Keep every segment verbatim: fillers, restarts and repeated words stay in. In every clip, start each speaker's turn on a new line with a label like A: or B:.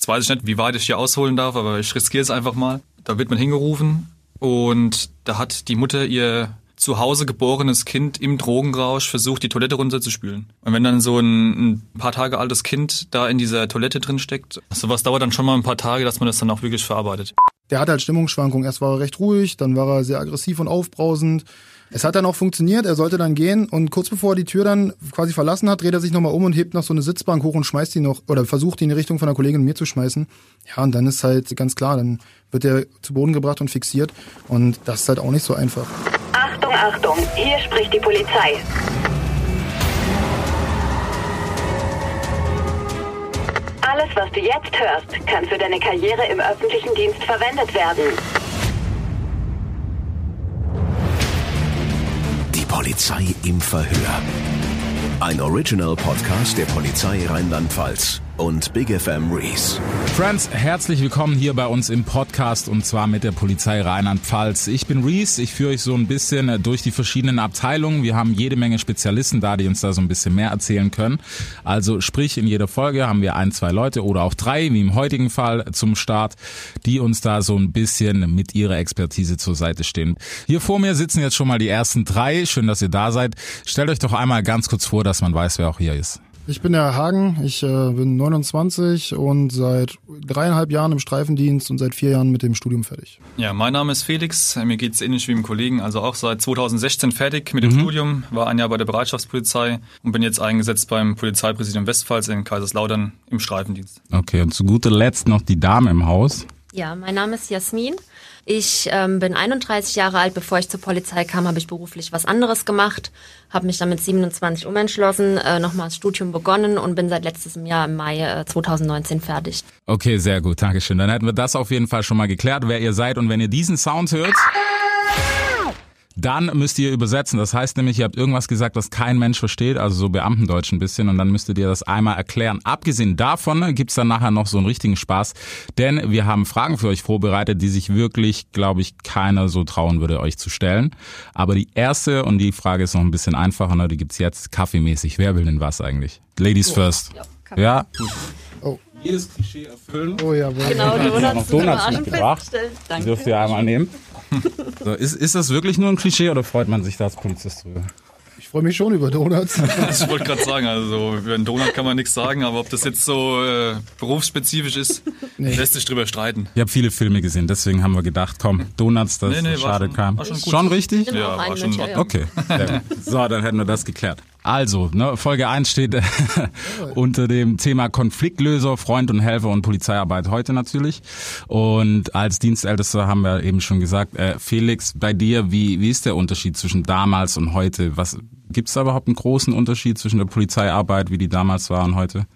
A: Jetzt weiß ich nicht, wie weit ich hier ausholen darf, aber ich riskiere es einfach mal. Da wird man hingerufen und da hat die Mutter ihr zu Hause geborenes Kind im Drogenrausch versucht, die Toilette runterzuspülen. Und wenn dann so ein, ein paar Tage altes Kind da in dieser Toilette drin steckt, sowas dauert dann schon mal ein paar Tage, dass man das dann auch wirklich verarbeitet.
B: Der hat halt Stimmungsschwankungen. Erst war er recht ruhig, dann war er sehr aggressiv und aufbrausend. Es hat dann auch funktioniert, er sollte dann gehen und kurz bevor er die Tür dann quasi verlassen hat, dreht er sich nochmal um und hebt noch so eine Sitzbank hoch und schmeißt die noch, oder versucht die in die Richtung von der Kollegin und mir zu schmeißen. Ja, und dann ist halt ganz klar, dann wird er zu Boden gebracht und fixiert und das ist halt auch nicht so einfach.
C: Achtung, Achtung, hier spricht die Polizei. Alles, was du jetzt hörst, kann für deine Karriere im öffentlichen Dienst verwendet werden.
D: Die Polizei im Verhör. Ein Original-Podcast der Polizei Rheinland-Pfalz und Big F M Rees.
E: Friends, herzlich willkommen hier bei uns im Podcast und zwar mit der Polizei Rheinland-Pfalz. Ich bin Rees, ich führe euch so ein bisschen durch die verschiedenen Abteilungen. Wir haben jede Menge Spezialisten da, die uns da so ein bisschen mehr erzählen können. Also sprich, in jeder Folge haben wir ein, zwei Leute oder auch drei, wie im heutigen Fall zum Start, die uns da so ein bisschen mit ihrer Expertise zur Seite stehen. Hier vor mir sitzen jetzt schon mal die ersten drei. Schön, dass ihr da seid. Stellt euch doch einmal ganz kurz vor, dass man weiß, wer auch hier ist.
B: Ich bin der Hagen, ich äh, bin neunundzwanzig und seit dreieinhalb Jahren im Streifendienst und seit vier Jahren mit dem Studium fertig.
A: Ja, mein Name ist Felix, mir geht's ähnlich wie dem Kollegen, also auch seit zweitausendsechzehn fertig mit dem
E: Mhm.
A: Studium, war ein Jahr bei der Bereitschaftspolizei und bin jetzt eingesetzt beim Polizeipräsidium Westpfalz in Kaiserslautern im Streifendienst.
E: Okay, und zu guter Letzt noch die Dame im Haus.
F: Ja, mein Name ist Jasmin. Ich ähm, bin einunddreißig Jahre alt. Bevor ich zur Polizei kam, habe ich beruflich was anderes gemacht. Habe mich dann mit siebenundzwanzig umentschlossen, äh, nochmal das Studium begonnen und bin seit letztem Jahr im Mai äh, zweitausendneunzehn fertig.
E: Okay, sehr gut, Dankeschön. Dann hätten wir das auf jeden Fall schon mal geklärt, wer ihr seid. Und wenn ihr diesen Sound hört, dann müsst ihr übersetzen. Das heißt nämlich, ihr habt irgendwas gesagt, das kein Mensch versteht, also so Beamtendeutsch ein bisschen, und dann müsstet ihr das einmal erklären. Abgesehen davon gibt's dann nachher noch so einen richtigen Spaß, denn wir haben Fragen für euch vorbereitet, die sich wirklich, glaube ich, keiner so trauen würde, euch zu stellen. Aber die erste, und die Frage ist noch ein bisschen einfacher, ne, die gibt's jetzt kaffeemäßig. Wer will denn was eigentlich? Ladies first.
F: Ja.
E: Ja?
B: Oh.
E: Jedes Klischee erfüllen.
B: Oh ja, wohl.
F: Genau,
E: Ich habe noch Donuts mitgebracht. Die
F: Danke.
E: dürft ihr einmal nehmen. So, ist, ist das wirklich nur ein Klischee oder freut man sich da als Polizist drüber?
B: Ich freue mich schon über Donuts.
A: Ich wollte gerade sagen, also über einen Donut kann man nichts sagen, aber ob das jetzt so äh, berufsspezifisch ist,
B: Nee.
A: lässt sich drüber streiten.
E: Ich habe viele Filme gesehen, deswegen haben wir gedacht, komm, Donuts, das
A: Nee, nee, war
E: schadet
A: schon-
E: keinem.
A: war schon gut.
E: Schon richtig?
F: Genau,
A: Ja, war
F: einen
A: schon
F: mit,
A: in
F: ja,
A: Ordnung.
F: ja.
E: Okay, sehr gut. So, dann hätten wir das geklärt. Also, ne, Folge eins steht äh, unter dem Thema Konfliktlöser, Freund und Helfer und Polizeiarbeit heute natürlich. Und als Dienstältester haben wir eben schon gesagt, äh, Felix, bei dir, wie, wie ist der Unterschied zwischen damals und heute? Was gibt's da überhaupt einen großen Unterschied zwischen der Polizeiarbeit, wie die damals war und heute?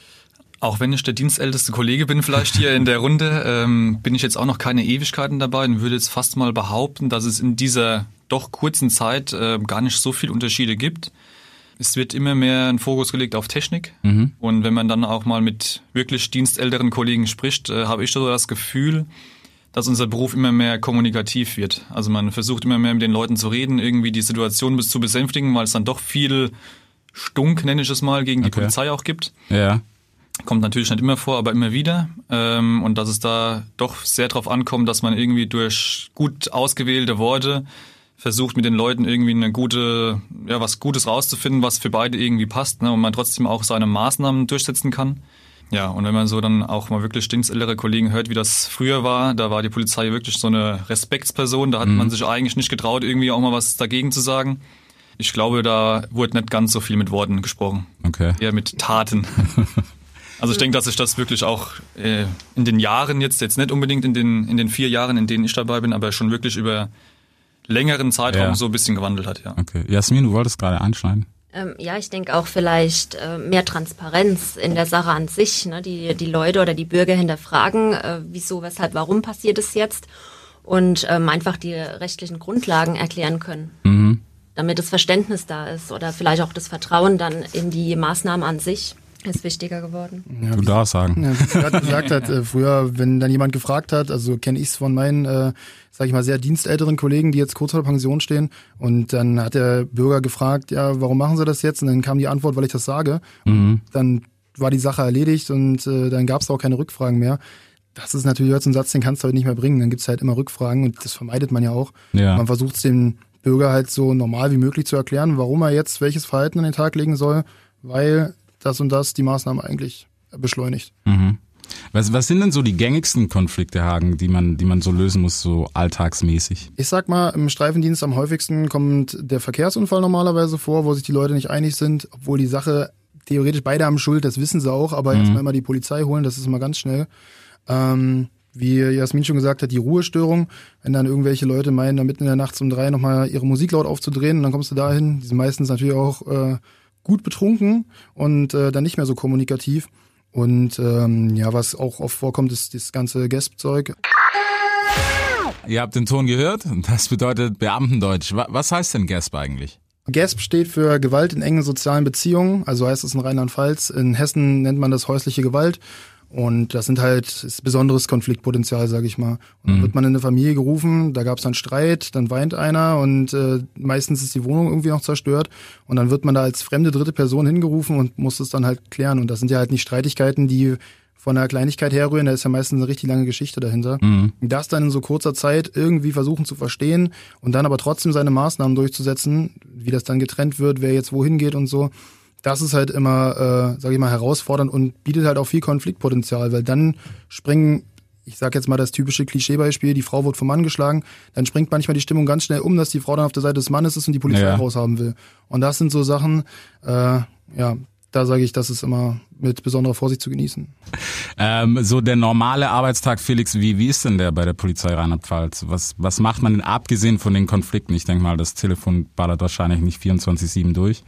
A: Auch wenn ich der dienstälteste Kollege bin vielleicht hier in der Runde, ähm, bin ich jetzt auch noch keine Ewigkeiten dabei und würde jetzt fast mal behaupten, dass es in dieser doch kurzen Zeit äh, gar nicht so viele Unterschiede gibt. Es wird immer mehr ein Fokus gelegt auf Technik.
E: Mhm.
A: Und wenn man dann auch mal mit wirklich dienstälteren Kollegen spricht, äh, habe ich so das Gefühl, dass unser Beruf immer mehr kommunikativ wird. Also man versucht immer mehr mit den Leuten zu reden, irgendwie die Situation bis zu besänftigen, weil es dann doch viel Stunk, nenne ich es mal, gegen die
E: Okay.
A: Polizei auch gibt.
E: Ja.
A: Kommt natürlich nicht immer vor, aber immer wieder. Ähm, und dass es da doch sehr drauf ankommt, dass man irgendwie durch gut ausgewählte Worte versucht, mit den Leuten irgendwie eine gute, ja, was Gutes rauszufinden, was für beide irgendwie passt, ne, und man trotzdem auch seine Maßnahmen durchsetzen kann. Ja, und wenn man so dann auch mal wirklich dienstältere Kollegen hört, wie das früher war, da war die Polizei wirklich so eine Respektsperson, da hat
E: Mhm.
A: man sich eigentlich nicht getraut, irgendwie auch mal was dagegen zu sagen. Ich glaube, da wurde nicht ganz so viel mit Worten gesprochen,
E: Okay.
A: eher mit Taten. Also ich denke, dass sich das wirklich auch äh, in den Jahren jetzt, jetzt nicht unbedingt in den, in den vier Jahren, in denen ich dabei bin, aber schon wirklich über längeren Zeitraum
E: Ja.
A: so ein bisschen gewandelt hat, ja.
E: Okay. Jasmin, du wolltest gerade einschneiden.
F: Ähm, ja, ich denke auch vielleicht äh, mehr Transparenz in der Sache an sich. Ne? Die, die Leute oder die Bürger hinterfragen, äh, wieso, weshalb, warum passiert es jetzt und ähm, einfach die rechtlichen Grundlagen erklären können,
E: Mhm.
F: damit das Verständnis da ist oder vielleicht auch das Vertrauen dann in die Maßnahmen an sich ist wichtiger geworden.
B: Ja,
E: Du darfst sagen.
B: Ja, wie sie gerade gesagt hat, äh, früher, wenn dann jemand gefragt hat, also kenne ich es von meinen, äh, sag ich mal, sehr dienstälteren Kollegen, die jetzt kurz vor der Pension stehen, und dann hat der Bürger gefragt, ja, warum machen sie das jetzt? Und dann kam die Antwort, weil ich das sage.
E: Mhm.
B: Dann war die Sache erledigt und äh, dann gab es auch keine Rückfragen mehr. Das ist natürlich heute so ein Satz, den kannst du heute nicht mehr bringen. Dann gibt es halt immer Rückfragen und das vermeidet man ja auch.
E: Ja.
B: Man versucht es dem Bürger halt so normal wie möglich zu erklären, warum er jetzt welches Verhalten an den Tag legen soll, weil das und das die Maßnahme eigentlich beschleunigt.
E: Mhm. Was, was sind denn so die gängigsten Konflikte, Hagen, die man, die man so lösen muss, so alltagsmäßig?
B: Ich sag mal, im Streifendienst am häufigsten kommt der Verkehrsunfall normalerweise vor, wo sich die Leute nicht einig sind, obwohl die Sache theoretisch beide haben Schuld, das wissen sie auch, aber mhm. erstmal immer die Polizei holen, das ist immer ganz schnell. Ähm, wie Jasmin schon gesagt hat, die Ruhestörung, wenn dann irgendwelche Leute meinen, da mitten in der Nacht um drei nochmal ihre Musik laut aufzudrehen und dann kommst du dahin, die sind meistens natürlich auch äh, gut betrunken und äh, dann nicht mehr so kommunikativ. Und ähm, ja, was auch oft vorkommt, ist das ganze Gasp-Zeug.
E: Ihr habt den Ton gehört, das bedeutet Beamtendeutsch. Was heißt denn Gasp eigentlich?
B: Gasp steht für Gewalt in engen sozialen Beziehungen, also heißt es in Rheinland-Pfalz. In Hessen nennt man das häusliche Gewalt. Und das sind halt das ist besonderes Konfliktpotenzial, sage ich mal. Und dann mhm. wird man in eine Familie gerufen, da gab es dann Streit, dann weint einer und äh, meistens ist die Wohnung irgendwie noch zerstört. Und dann wird man da als fremde dritte Person hingerufen und muss es dann halt klären. Und das sind ja halt nicht Streitigkeiten, die von einer Kleinigkeit herrühren, da ist ja meistens eine richtig lange Geschichte dahinter. Mhm. Das dann in so kurzer Zeit irgendwie versuchen zu verstehen und dann aber trotzdem seine Maßnahmen durchzusetzen, wie das dann getrennt wird, wer jetzt wohin geht und so. Das ist halt immer, äh, sage ich mal, herausfordernd und bietet halt auch viel Konfliktpotenzial, weil dann springen, ich sag jetzt mal das typische Klischeebeispiel, die Frau wird vom Mann geschlagen, dann springt manchmal die Stimmung ganz schnell um, dass die Frau dann auf der Seite des Mannes ist und die Polizei ja. raushaben will. Und das sind so Sachen, äh, ja, da sage ich, das ist immer mit besonderer Vorsicht zu genießen.
E: Ähm, so der normale Arbeitstag, Felix, wie, wie ist denn der bei der Polizei Rheinland-Pfalz? Was, was macht man denn abgesehen von den Konflikten? Ich denke mal, das Telefon ballert wahrscheinlich nicht vierundzwanzig sieben durch.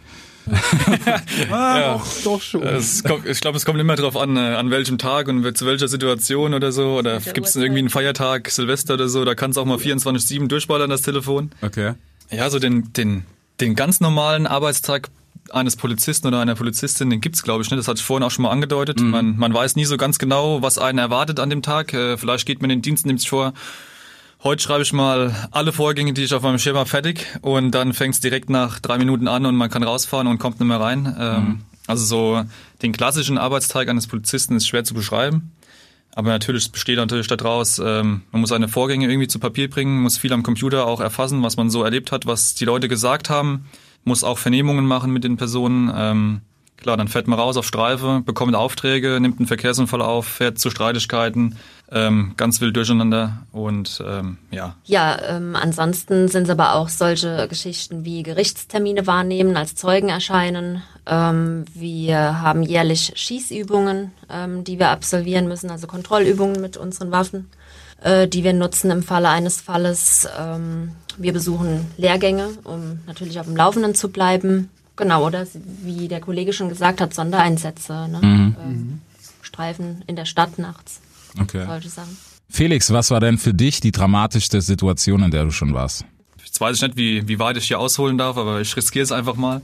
B: ah, ja. doch, doch schon.
A: Es kommt, ich glaube, es kommt immer darauf an, an welchem Tag und zu welcher Situation oder so. Oder gibt es irgendwie einen Feiertag, Silvester oder so, da kann es auch mal vierundzwanzig sieben durchballern, das Telefon.
E: Okay.
A: Ja, so den, den, den ganz normalen Arbeitstag eines Polizisten oder einer Polizistin, den gibt's glaube ich nicht. Das hatte ich vorhin auch schon mal angedeutet. Mhm. Man, man weiß nie so ganz genau, was einen erwartet an dem Tag. Äh, vielleicht geht man in den Dienst, nimmt sich vor, heute schreibe ich mal alle Vorgänge, die ich auf meinem Schirm habe, fertig und dann fängt's direkt nach drei Minuten an und man kann rausfahren und kommt nicht mehr rein. Ähm, mhm. Also so den klassischen Arbeitstag eines Polizisten ist schwer zu beschreiben. Aber natürlich besteht natürlich daraus, ähm, man muss seine Vorgänge irgendwie zu Papier bringen, muss viel am Computer auch erfassen, was man so erlebt hat, was die Leute gesagt haben, muss auch Vernehmungen machen mit den Personen. Ähm, klar, dann fährt man raus auf Streife, bekommt Aufträge, nimmt einen Verkehrsunfall auf, fährt zu Streitigkeiten, ähm, ganz wild durcheinander und ähm, ja.
F: Ja, ähm, ansonsten sind es aber auch solche Geschichten wie Gerichtstermine wahrnehmen, als Zeugen erscheinen. Ähm, wir haben jährlich Schießübungen, ähm, die wir absolvieren müssen, also Kontrollübungen mit unseren Waffen, äh, die wir nutzen im Falle eines Falles. Ähm, wir besuchen Lehrgänge, um natürlich auf dem Laufenden zu bleiben. Genau, oder wie der Kollege schon gesagt hat, Sondereinsätze, ne? Mhm. Ähm, Streifen in der Stadt nachts.
E: Okay.
F: Solche Sachen.
E: Felix, was war denn für dich die dramatischste Situation, in der du schon warst?
A: Jetzt weiß ich nicht, wie, wie weit ich hier ausholen darf, aber ich riskiere es einfach mal.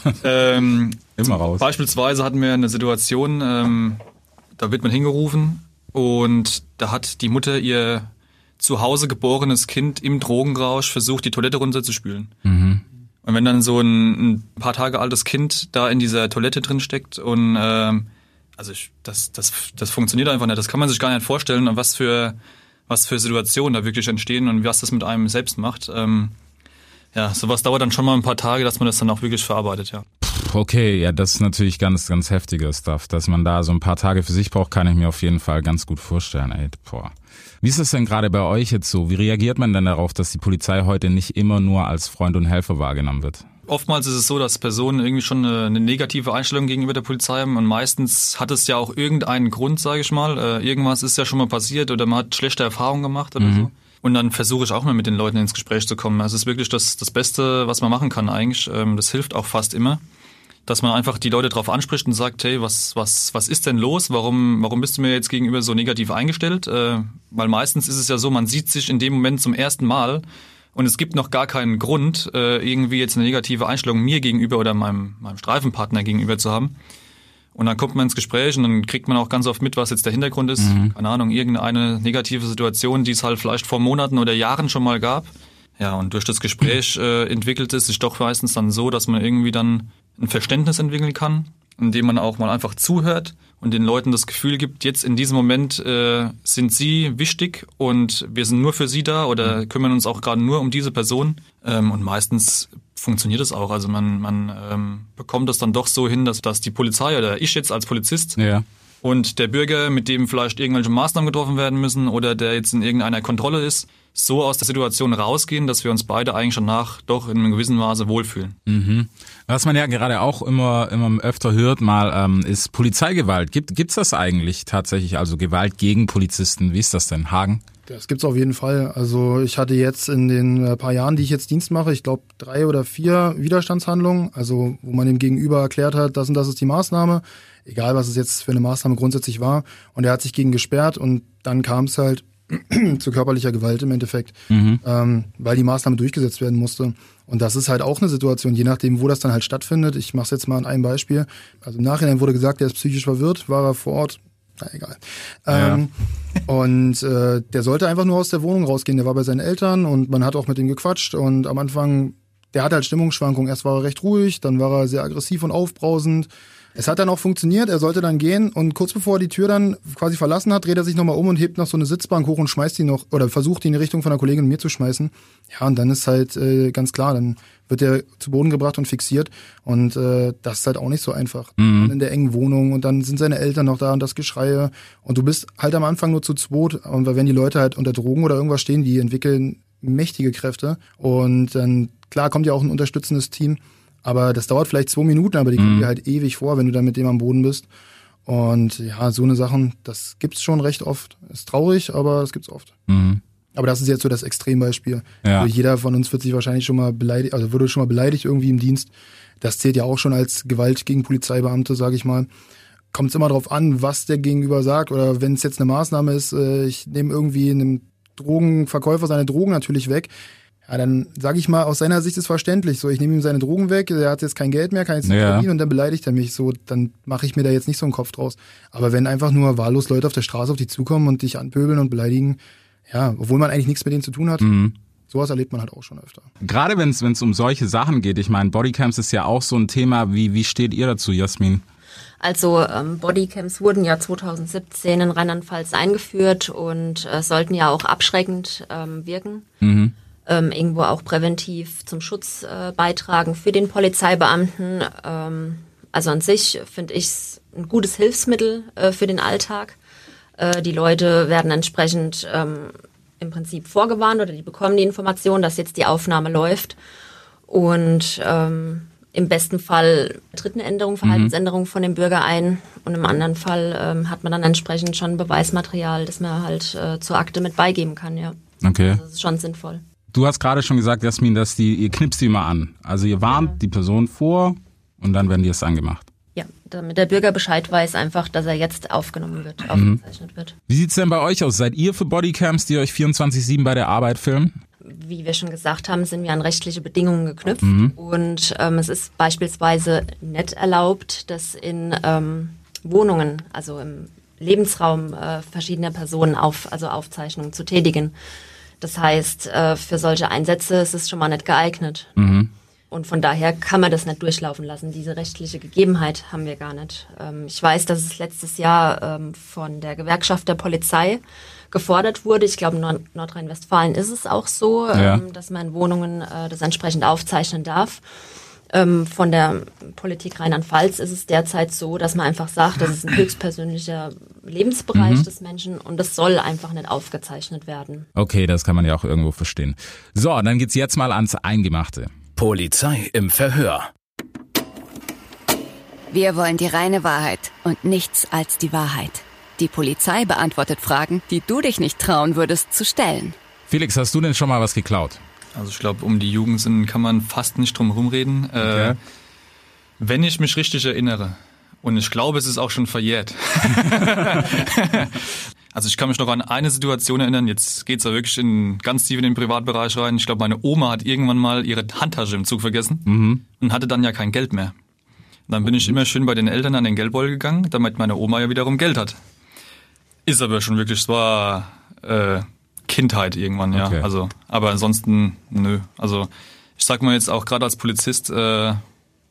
A: ähm,
E: Immer raus.
A: Beispielsweise hatten wir eine Situation, ähm, da wird man hingerufen und da hat die Mutter ihr zu Hause geborenes Kind im Drogenrausch versucht, die Toilette runterzuspülen. Mhm. Und wenn dann so ein, ein paar Tage altes Kind da in dieser Toilette drin steckt und ähm, also ich, das, das, das funktioniert einfach nicht. Das kann man sich gar nicht vorstellen, was für, was für Situationen da wirklich entstehen und was das mit einem selbst macht. Ähm, ja, sowas dauert dann schon mal ein paar Tage, dass man das dann auch wirklich verarbeitet, ja.
E: Okay, ja, das ist natürlich ganz, ganz heftiger Stuff. Dass man da so ein paar Tage für sich braucht, kann ich mir auf jeden Fall ganz gut vorstellen, ey, boah. Wie ist das denn gerade bei euch jetzt so? Wie reagiert man denn darauf, dass die Polizei heute nicht immer nur als Freund und Helfer wahrgenommen wird?
A: Oftmals ist es so, dass Personen irgendwie schon eine, eine negative Einstellung gegenüber der Polizei haben und meistens hat es ja auch irgendeinen Grund, sage ich mal. Äh, irgendwas ist ja schon mal passiert oder man hat schlechte Erfahrungen gemacht oder mhm. so. Und dann versuche ich auch mal mit den Leuten ins Gespräch zu kommen. Es ist wirklich das, das Beste, was man machen kann eigentlich. Ähm, das hilft auch fast immer, dass man einfach die Leute drauf anspricht und sagt, hey, was, was, was ist denn los? Warum, warum bist du mir jetzt gegenüber so negativ eingestellt? Äh, weil meistens ist es ja so, man sieht sich in dem Moment zum ersten Mal und es gibt noch gar keinen Grund, äh, irgendwie jetzt eine negative Einstellung mir gegenüber oder meinem, meinem Streifenpartner gegenüber zu haben. Und dann kommt man ins Gespräch und dann kriegt man auch ganz oft mit, was jetzt der Hintergrund ist. Mhm. Keine Ahnung, irgendeine negative Situation, die es halt vielleicht vor Monaten oder Jahren schon mal gab. Ja, und durch das Gespräch äh, entwickelt es sich doch meistens dann so, dass man irgendwie dann ein Verständnis entwickeln kann. indem man auch mal einfach zuhört und den Leuten das Gefühl gibt, jetzt in diesem Moment äh, sind sie wichtig und wir sind nur für sie da oder kümmern uns auch gerade nur um diese Person. Ähm, und meistens funktioniert es auch. Also man, man ähm, bekommt das dann doch so hin, dass, dass die Polizei oder ich jetzt als Polizist
E: Ja.
A: und der Bürger, mit dem vielleicht irgendwelche Maßnahmen getroffen werden müssen oder der jetzt in irgendeiner Kontrolle ist, so aus der Situation rausgehen, dass wir uns beide eigentlich danach doch in einem gewissen Maße wohlfühlen.
E: Mhm. Was man ja gerade auch immer immer öfter hört, mal ähm, ist Polizeigewalt. Gibt gibt's das eigentlich tatsächlich? Also Gewalt gegen Polizisten? Wie ist das denn, Hagen?
B: Das gibt's auf jeden Fall. Also ich hatte jetzt in den paar Jahren, die ich jetzt Dienst mache, ich glaube drei oder vier Widerstandshandlungen, also wo man dem Gegenüber erklärt hat, das und das ist die Maßnahme, egal was es jetzt für eine Maßnahme grundsätzlich war. Und er hat sich gegen gesperrt und dann kam es halt zu körperlicher Gewalt im Endeffekt, mhm. ähm, weil die Maßnahme durchgesetzt werden musste. Und das ist halt auch eine Situation, je nachdem, wo das dann halt stattfindet. Ich mache es jetzt mal an einem Beispiel. Also im Nachhinein wurde gesagt, der ist psychisch verwirrt, war er vor Ort. Na egal.
E: Ja.
B: Ähm, und äh, der sollte einfach nur aus der Wohnung rausgehen. Der war bei seinen Eltern und man hat auch mit ihm gequatscht. Und am Anfang, der hatte halt Stimmungsschwankungen. Erst war er recht ruhig, dann war er sehr aggressiv und aufbrausend. Es hat dann auch funktioniert, er sollte dann gehen und kurz bevor er die Tür dann quasi verlassen hat, dreht er sich nochmal um und hebt noch so eine Sitzbank hoch und schmeißt die noch, oder versucht die in die Richtung von einer Kollegin und mir zu schmeißen. Ja, und dann ist halt äh, ganz klar, dann wird er zu Boden gebracht und fixiert und äh, das ist halt auch nicht so einfach.
E: Mhm.
B: Und in der engen Wohnung und dann sind seine Eltern noch da und das Geschreie und du bist halt am Anfang nur zu zweit und wenn die Leute halt unter Drogen oder irgendwas stehen, die entwickeln mächtige Kräfte und dann, klar, kommt ja auch ein unterstützendes Team. Aber das dauert vielleicht zwei Minuten, aber die kommen
E: mhm.
B: dir halt ewig vor, wenn du dann mit dem am Boden bist. Und ja, so eine Sachen, das gibt's schon recht oft. Ist traurig, aber es gibt's oft.
E: Mhm.
B: Aber das ist jetzt so das Extrembeispiel.
E: Ja.
B: Also jeder von uns wird sich wahrscheinlich schon mal beleidigt, also wurde schon mal beleidigt irgendwie im Dienst. Das zählt ja auch schon als Gewalt gegen Polizeibeamte, sage ich mal. Kommt es immer drauf an, was der Gegenüber sagt. Oder wenn es jetzt eine Maßnahme ist, äh, ich nehme irgendwie einem Drogenverkäufer seine Drogen natürlich weg. Ja, dann sage ich mal, aus seiner Sicht ist verständlich. So, ich nehme ihm seine Drogen weg, er hat jetzt kein Geld mehr, kann jetzt nicht
E: ja.
B: verdienen und dann beleidigt er mich. So, dann mache ich mir da jetzt nicht so einen Kopf draus. Aber wenn einfach nur wahllos Leute auf der Straße auf dich zukommen und dich anpöbeln und beleidigen, ja, obwohl man eigentlich nichts mit denen zu tun hat, mhm. sowas erlebt man halt auch schon öfter.
E: Gerade wenn es um solche Sachen geht, ich meine, Bodycams ist ja auch so ein Thema. Wie, wie steht ihr dazu, Jasmin?
F: Also ähm, Bodycams wurden ja zwanzig siebzehn in Rheinland-Pfalz eingeführt und äh, sollten ja auch abschreckend ähm, wirken. Mhm. Ähm, irgendwo auch präventiv zum Schutz äh, beitragen für den Polizeibeamten. Ähm, also an sich finde ich es ein gutes Hilfsmittel äh, für den Alltag. Äh, die Leute werden entsprechend ähm, im Prinzip vorgewarnt oder die bekommen die Information, dass jetzt die Aufnahme läuft. Und ähm, im besten Fall tritt eine Änderung, Verhaltensänderung von dem Bürger ein und im anderen Fall ähm, hat man dann entsprechend schon Beweismaterial, das man halt äh, zur Akte mit beigeben kann. Ja.
E: Okay.
F: Also das ist schon sinnvoll.
E: Du hast gerade schon gesagt, Jasmin, dass die, ihr knipst die immer an. Also ihr warnt ja. die Person vor und dann werden die es angemacht.
F: Ja, damit der Bürger Bescheid weiß einfach, dass er jetzt aufgenommen wird, aufgezeichnet mhm. wird.
E: Wie sieht's denn bei euch aus? Seid ihr für Bodycams, die euch vierundzwanzig sieben bei der Arbeit filmen?
F: Wie wir schon gesagt haben, sind wir an rechtliche Bedingungen geknüpft. Mhm. Und ähm, es ist beispielsweise nicht erlaubt, dass in ähm, Wohnungen, also im Lebensraum äh, verschiedener Personen auf, also Aufzeichnungen zu tätigen. Das heißt, für solche Einsätze ist es schon mal nicht geeignet. Mhm. Und von daher kann man das nicht durchlaufen lassen. Diese rechtliche Gegebenheit haben wir gar nicht. Ich weiß, dass es letztes Jahr von der Gewerkschaft der Polizei gefordert wurde. Ich glaube, in Nordrhein-Westfalen ist es auch so, ja. dass man in Wohnungen das entsprechend aufzeichnen darf. Von der Politik Rheinland-Pfalz ist es derzeit so, dass man einfach sagt, das ist ein höchstpersönlicher Lebensbereich mhm. des Menschen und das soll einfach nicht aufgezeichnet werden.
E: Okay, das kann man ja auch irgendwo verstehen. So, dann geht's jetzt mal ans Eingemachte.
D: Polizei im Verhör.
G: Wir wollen die reine Wahrheit und nichts als die Wahrheit. Die Polizei beantwortet Fragen, die du dich nicht trauen würdest zu stellen.
E: Felix, hast du denn schon mal was geklaut?
A: Also ich glaube, um die Jugendsünden kann man fast nicht drum rumreden. Okay. Äh, wenn ich mich richtig erinnere, und ich glaube, es ist auch schon verjährt. Also ich kann mich noch an eine Situation erinnern, jetzt geht's ja wirklich in, ganz tief in den Privatbereich rein. Ich glaube, meine Oma hat irgendwann mal ihre Handtasche im Zug vergessen mhm. und hatte dann ja kein Geld mehr. Dann bin ich immer schön bei den Eltern an den Geldbeutel gegangen, damit meine Oma ja wiederum Geld hat. Ist aber schon wirklich, es war... Äh, Kindheit irgendwann, ja. Okay. Also, aber ansonsten, nö. Also ich sag mal jetzt auch gerade als Polizist, äh,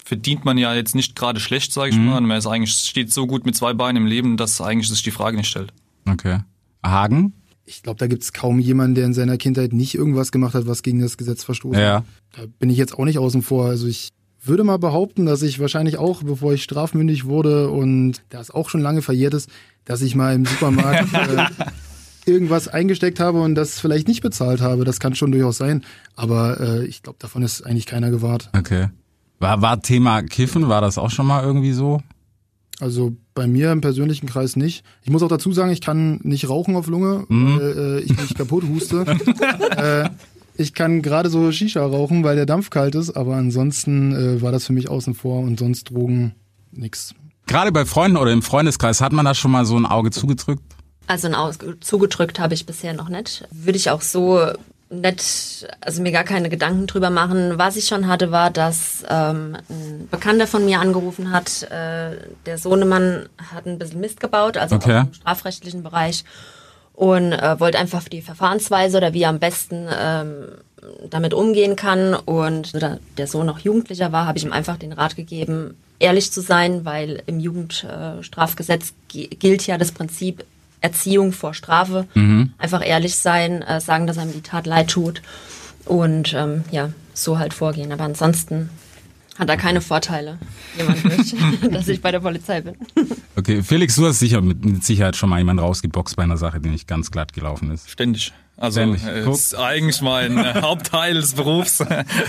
A: verdient man ja jetzt nicht gerade schlecht, sage ich mhm. mal. Und man ist eigentlich, steht so gut mit zwei Beinen im Leben, dass eigentlich sich die Frage nicht stellt.
E: Okay. Hagen?
B: Ich glaube, da gibt's kaum jemanden, der in seiner Kindheit nicht irgendwas gemacht hat, was gegen das Gesetz verstoßen
E: ja.
B: hat. Da bin ich jetzt auch nicht außen vor. Also ich würde mal behaupten, dass ich wahrscheinlich auch, bevor ich strafmündig wurde und da es auch schon lange verjährt ist, dass ich mal im Supermarkt äh, irgendwas eingesteckt habe und das vielleicht nicht bezahlt habe. Das kann schon durchaus sein. Aber äh, ich glaube, davon ist eigentlich keiner gewahrt.
E: Okay. War, war Thema Kiffen, war das auch schon mal irgendwie so?
B: Also bei mir im persönlichen Kreis nicht. Ich muss auch dazu sagen, ich kann nicht rauchen auf Lunge, mhm. weil äh, ich mich kaputt huste. äh, ich kann gerade so Shisha rauchen, weil der Dampf kalt ist, aber ansonsten äh, war das für mich außen vor und sonst Drogen nix.
E: Gerade bei Freunden oder im Freundeskreis, hat man da schon mal so ein Auge zugedrückt?
F: Also ein Auge zugedrückt habe ich bisher noch nicht. Würde ich auch so nicht, also mir gar keine Gedanken drüber machen. Was ich schon hatte, war, dass ähm, ein Bekannter von mir angerufen hat, äh, der Sohnemann hat ein bisschen Mist gebaut, also
E: okay.
F: auch im strafrechtlichen Bereich und äh, wollte einfach die Verfahrensweise oder wie er am besten ähm, damit umgehen kann. Und da der Sohn noch Jugendlicher war, habe ich ihm einfach den Rat gegeben, ehrlich zu sein, weil im Jugendstrafgesetz äh, gilt ja das Prinzip Erziehung vor Strafe, mhm. einfach ehrlich sein, äh, sagen, dass einem die Tat leid tut und ähm, ja, so halt vorgehen. Aber ansonsten hat er keine Vorteile, jemand nicht, dass ich bei der Polizei bin.
E: Okay, Felix, du hast sicher mit, mit Sicherheit schon mal jemanden rausgeboxt bei einer Sache, die nicht ganz glatt gelaufen ist.
A: Ständig. Also
E: Ständig.
A: Äh, ist eigentlich mein äh, Hauptteil des Berufs.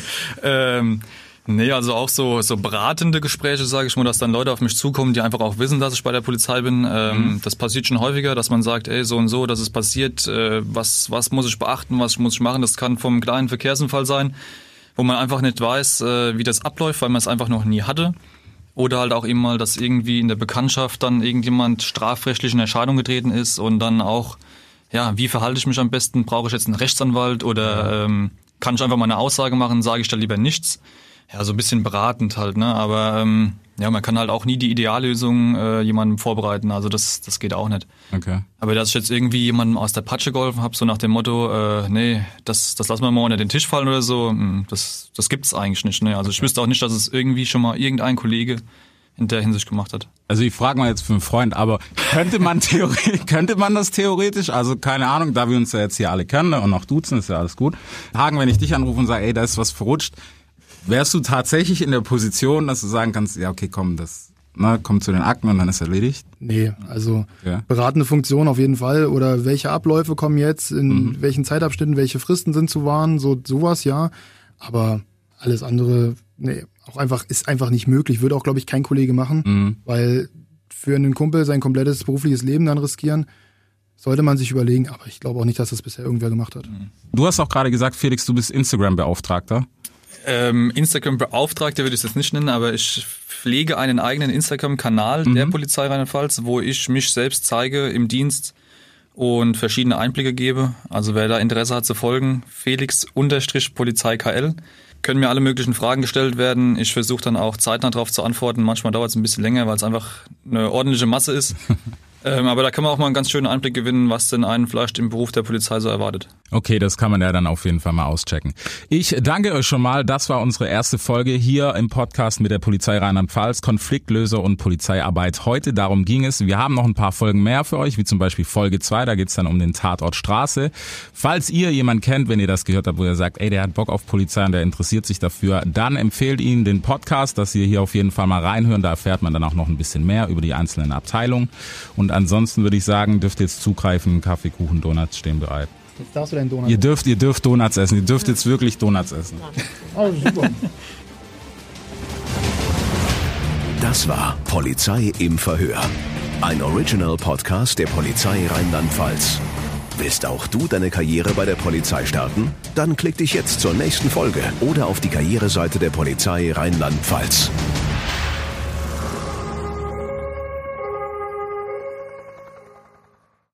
A: ähm, Nee, also auch so so beratende Gespräche, sage ich mal, dass dann Leute auf mich zukommen, die einfach auch wissen, dass ich bei der Polizei bin. Ähm, mhm. Das passiert schon häufiger, dass man sagt, ey, so und so, das ist passiert, äh, was was muss ich beachten, was muss ich machen. Das kann vom kleinen Verkehrsunfall sein, wo man einfach nicht weiß, äh, wie das abläuft, weil man es einfach noch nie hatte. Oder halt auch eben mal, dass irgendwie in der Bekanntschaft dann irgendjemand strafrechtlich in Erscheinung getreten ist und dann auch, ja, wie verhalte ich mich am besten? Brauche ich jetzt einen Rechtsanwalt oder ähm, kann ich einfach mal eine Aussage machen, sage ich da lieber nichts? Ja, so ein bisschen beratend halt, ne? Aber ähm, ja, man kann halt auch nie die Ideallösung äh, jemandem vorbereiten. Also das das geht auch nicht.
E: Okay.
A: Aber dass ich jetzt irgendwie jemandem aus der Patsche geholfen habe, so nach dem Motto, äh, nee, das das lassen wir mal unter den Tisch fallen oder so, das das gibt's eigentlich nicht. Ne? Also ich wüsste auch nicht, dass es irgendwie schon mal irgendein Kollege in der Hinsicht gemacht hat.
E: Also ich frage mal jetzt für einen Freund, aber könnte man theoretisch, könnte man das theoretisch? Also keine Ahnung, da wir uns ja jetzt hier alle kennen und auch duzen, ist ja alles gut. Hagen, wenn ich dich anrufe und sage, ey, da ist was verrutscht, wärst du tatsächlich in der Position, dass du sagen kannst, ja okay, komm, das ne, kommt zu den Akten und dann ist erledigt?
B: Nee, also
E: ja.
B: beratende Funktion auf jeden Fall. Oder welche Abläufe kommen jetzt, in mhm. welchen Zeitabschnitten, welche Fristen sind zu wahren, so sowas ja. Aber alles andere, nee, auch einfach ist einfach nicht möglich. Würde auch, glaube ich, kein Kollege machen, mhm. weil für einen Kumpel sein komplettes berufliches Leben dann riskieren, sollte man sich überlegen. Aber ich glaube auch nicht, dass das bisher irgendwer gemacht hat.
E: Du hast auch gerade gesagt, Felix, du bist Instagram-Beauftragter.
A: Ähm, Instagram-Beauftragter würde ich es jetzt nicht nennen, aber ich pflege einen eigenen Instagram-Kanal mhm. der Polizei Rheinland-Pfalz, wo ich mich selbst zeige im Dienst und verschiedene Einblicke gebe. Also wer da Interesse hat zu folgen, Felix-Polizei-K L. Können mir alle möglichen Fragen gestellt werden. Ich versuche dann auch zeitnah darauf zu antworten. Manchmal dauert es ein bisschen länger, weil es einfach eine ordentliche Masse ist. Ähm, aber da kann man auch mal einen ganz schönen Einblick gewinnen, was denn einen vielleicht im Beruf der Polizei so erwartet.
E: Okay, das kann man ja dann auf jeden Fall mal auschecken. Ich danke euch schon mal. Das war unsere erste Folge hier im Podcast mit der Polizei Rheinland-Pfalz, Konfliktlöser und Polizeiarbeit. Heute darum ging es. Wir haben noch ein paar Folgen mehr für euch, wie zum Beispiel Folge zwei. Da geht's dann um den Tatort Straße. Falls ihr jemanden kennt, wenn ihr das gehört habt, wo ihr sagt, ey, der hat Bock auf Polizei und der interessiert sich dafür, dann empfehlt ihn den Podcast, dass ihr hier auf jeden Fall mal reinhören. Da erfährt man dann auch noch ein bisschen mehr über die einzelnen Abteilungen. Und ansonsten würde ich sagen, dürft ihr jetzt zugreifen. Kaffee, Kuchen, Donuts stehen bereit.
B: Jetzt darfst du deinen Donut.
E: Ihr dürft, ihr dürft Donuts essen. Ihr dürft jetzt wirklich Donuts essen.
B: Oh, super.
D: Das war Polizei im Verhör. Ein Original-Podcast der Polizei Rheinland-Pfalz. Willst auch du deine Karriere bei der Polizei starten? Dann klick dich jetzt zur nächsten Folge oder auf die Karriereseite der Polizei Rheinland-Pfalz.